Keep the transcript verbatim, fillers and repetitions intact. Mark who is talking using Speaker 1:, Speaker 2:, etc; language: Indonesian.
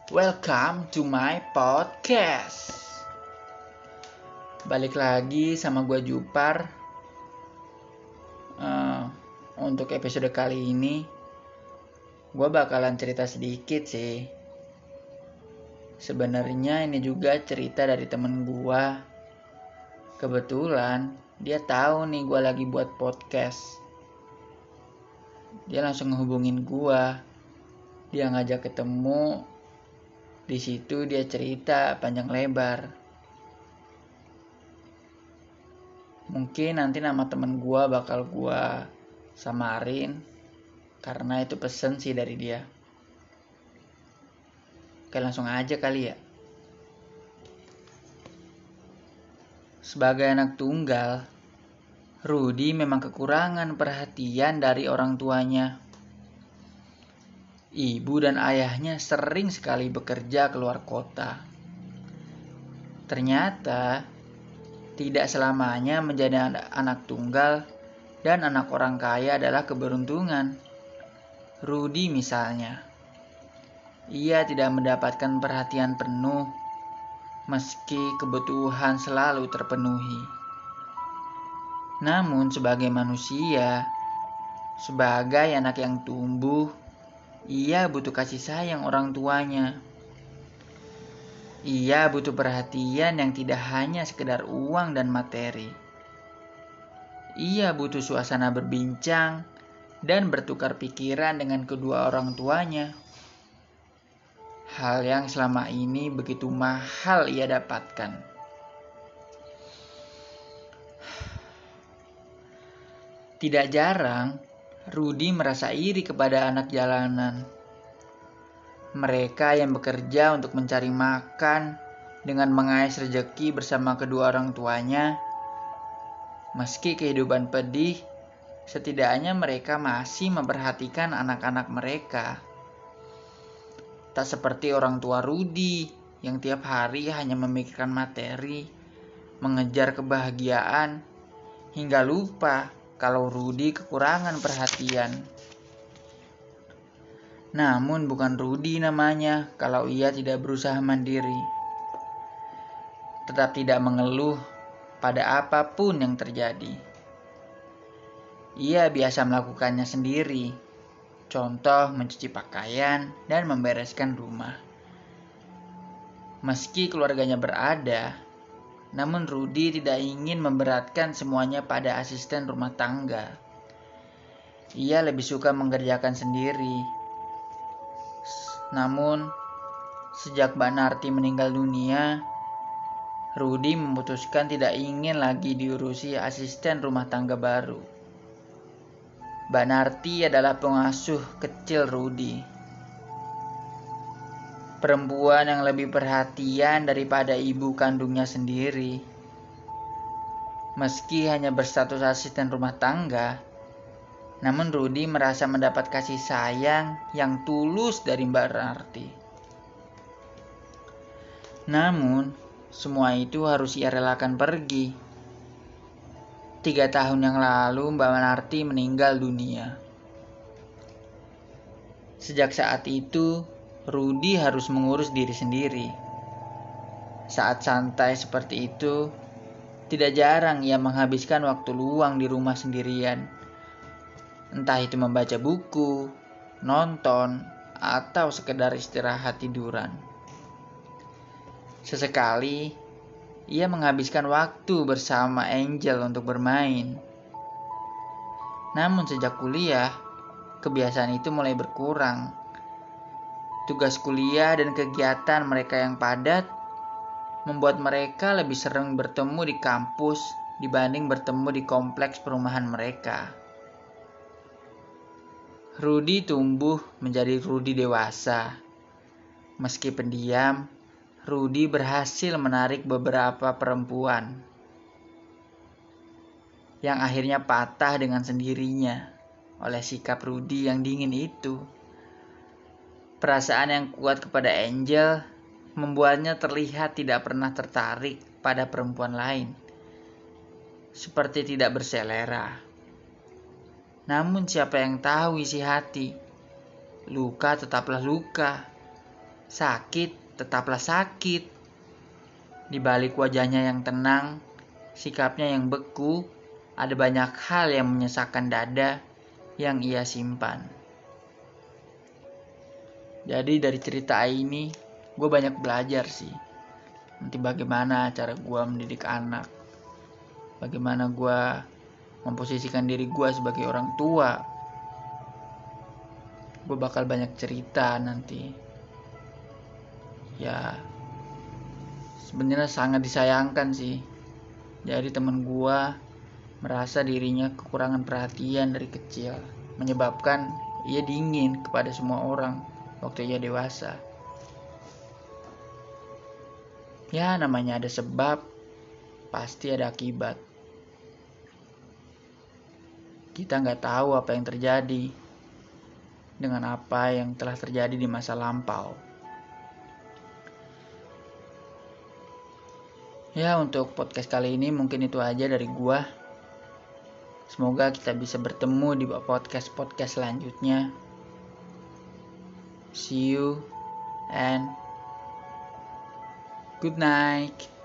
Speaker 1: Welcome to my podcast. Balik lagi sama gue Jupar. uh, Untuk episode kali ini gue bakalan cerita sedikit sih. Sebenarnya ini juga cerita dari temen gue. Kebetulan dia tahu nih gue lagi buat podcast. Dia langsung ngehubungin gue. Dia ngajak ketemu. Di situ dia cerita panjang lebar. Mungkin nanti nama temen gue bakal gue samarin karena itu pesen sih dari dia. Oke, langsung aja kali ya. Sebagai anak tunggal, Rudy memang kekurangan perhatian dari orang tuanya. Ibu dan ayahnya sering sekali bekerja keluar kota. Ternyata tidak selamanya menjadi anak tunggal dan anak orang kaya adalah keberuntungan. Rudy misalnya, ia tidak mendapatkan perhatian penuh meski kebutuhan selalu terpenuhi. Namun sebagai manusia, sebagai anak yang tumbuh, ia butuh kasih sayang orang tuanya. Ia butuh perhatian yang tidak hanya sekedar uang dan materi. Ia butuh suasana berbincang dan bertukar pikiran dengan kedua orang tuanya. Hal yang selama ini begitu mahal ia dapatkan. Tidak jarang, Rudy merasa iri kepada anak jalanan. Mereka yang bekerja untuk mencari makan dengan mengais rezeki bersama kedua orang tuanya. Meski kehidupan pedih, setidaknya mereka masih memperhatikan anak-anak mereka. Tak seperti orang tua Rudy yang tiap hari hanya memikirkan materi, mengejar kebahagiaan, hingga lupa kalau Rudy kekurangan perhatian. Namun bukan Rudy namanya kalau ia tidak berusaha mandiri. Tetap tidak mengeluh pada apapun yang terjadi. Ia biasa melakukannya sendiri. Contoh mencuci pakaian dan membereskan rumah. Meski keluarganya berada, namun Rudy tidak ingin memberatkan semuanya pada asisten rumah tangga. Ia lebih suka mengerjakan sendiri. Namun, sejak Mbak Narti meninggal dunia, Rudy memutuskan tidak ingin lagi diurusi asisten rumah tangga baru. Mbak Narti adalah pengasuh kecil Rudy. Perempuan yang lebih perhatian daripada ibu kandungnya sendiri. Meski hanya berstatus asisten rumah tangga, namun Rudy merasa mendapat kasih sayang yang tulus dari Mbak Narti. Namun, semua itu harus ia relakan pergi. Tiga tahun yang lalu Mbak Narti meninggal dunia. Sejak saat itu, Rudy harus mengurus diri sendiri. Saat santai seperti itu, tidak jarang ia menghabiskan waktu luang di rumah sendirian. Entah itu membaca buku, nonton, atau sekedar istirahat tiduran. Sesekali, ia menghabiskan waktu bersama Angel untuk bermain. Namun sejak kuliah, kebiasaan itu mulai berkurang. Tugas kuliah dan kegiatan mereka yang padat membuat mereka lebih sering bertemu di kampus dibanding bertemu di kompleks perumahan mereka. Rudy tumbuh menjadi Rudy dewasa. Meski pendiam, Rudy berhasil menarik beberapa perempuan yang akhirnya patah dengan sendirinya oleh sikap Rudy yang dingin itu. Perasaan yang kuat kepada Angel membuatnya terlihat tidak pernah tertarik pada perempuan lain, seperti tidak berselera. Namun siapa yang tahu isi hati? Luka tetaplah luka. Sakit tetaplah sakit. Di balik wajahnya yang tenang, sikapnya yang beku, ada banyak hal yang menyesakkan dada yang ia simpan. Jadi dari cerita ini, gue banyak belajar sih. Nanti bagaimana cara gue mendidik anak. Bagaimana gue memposisikan diri gue sebagai orang tua. Gue bakal banyak cerita nanti. Ya, sebenarnya sangat disayangkan sih. Jadi teman gue merasa dirinya kekurangan perhatian dari kecil, menyebabkan ia dingin kepada semua orang waktu ia dewasa. Ya, namanya ada sebab, pasti ada akibat. Kita nggak tahu apa yang terjadi dengan apa yang telah terjadi di masa lampau. Ya, untuk podcast kali ini mungkin itu aja dari gua. Semoga kita bisa bertemu di podcast-podcast selanjutnya. See you and good night.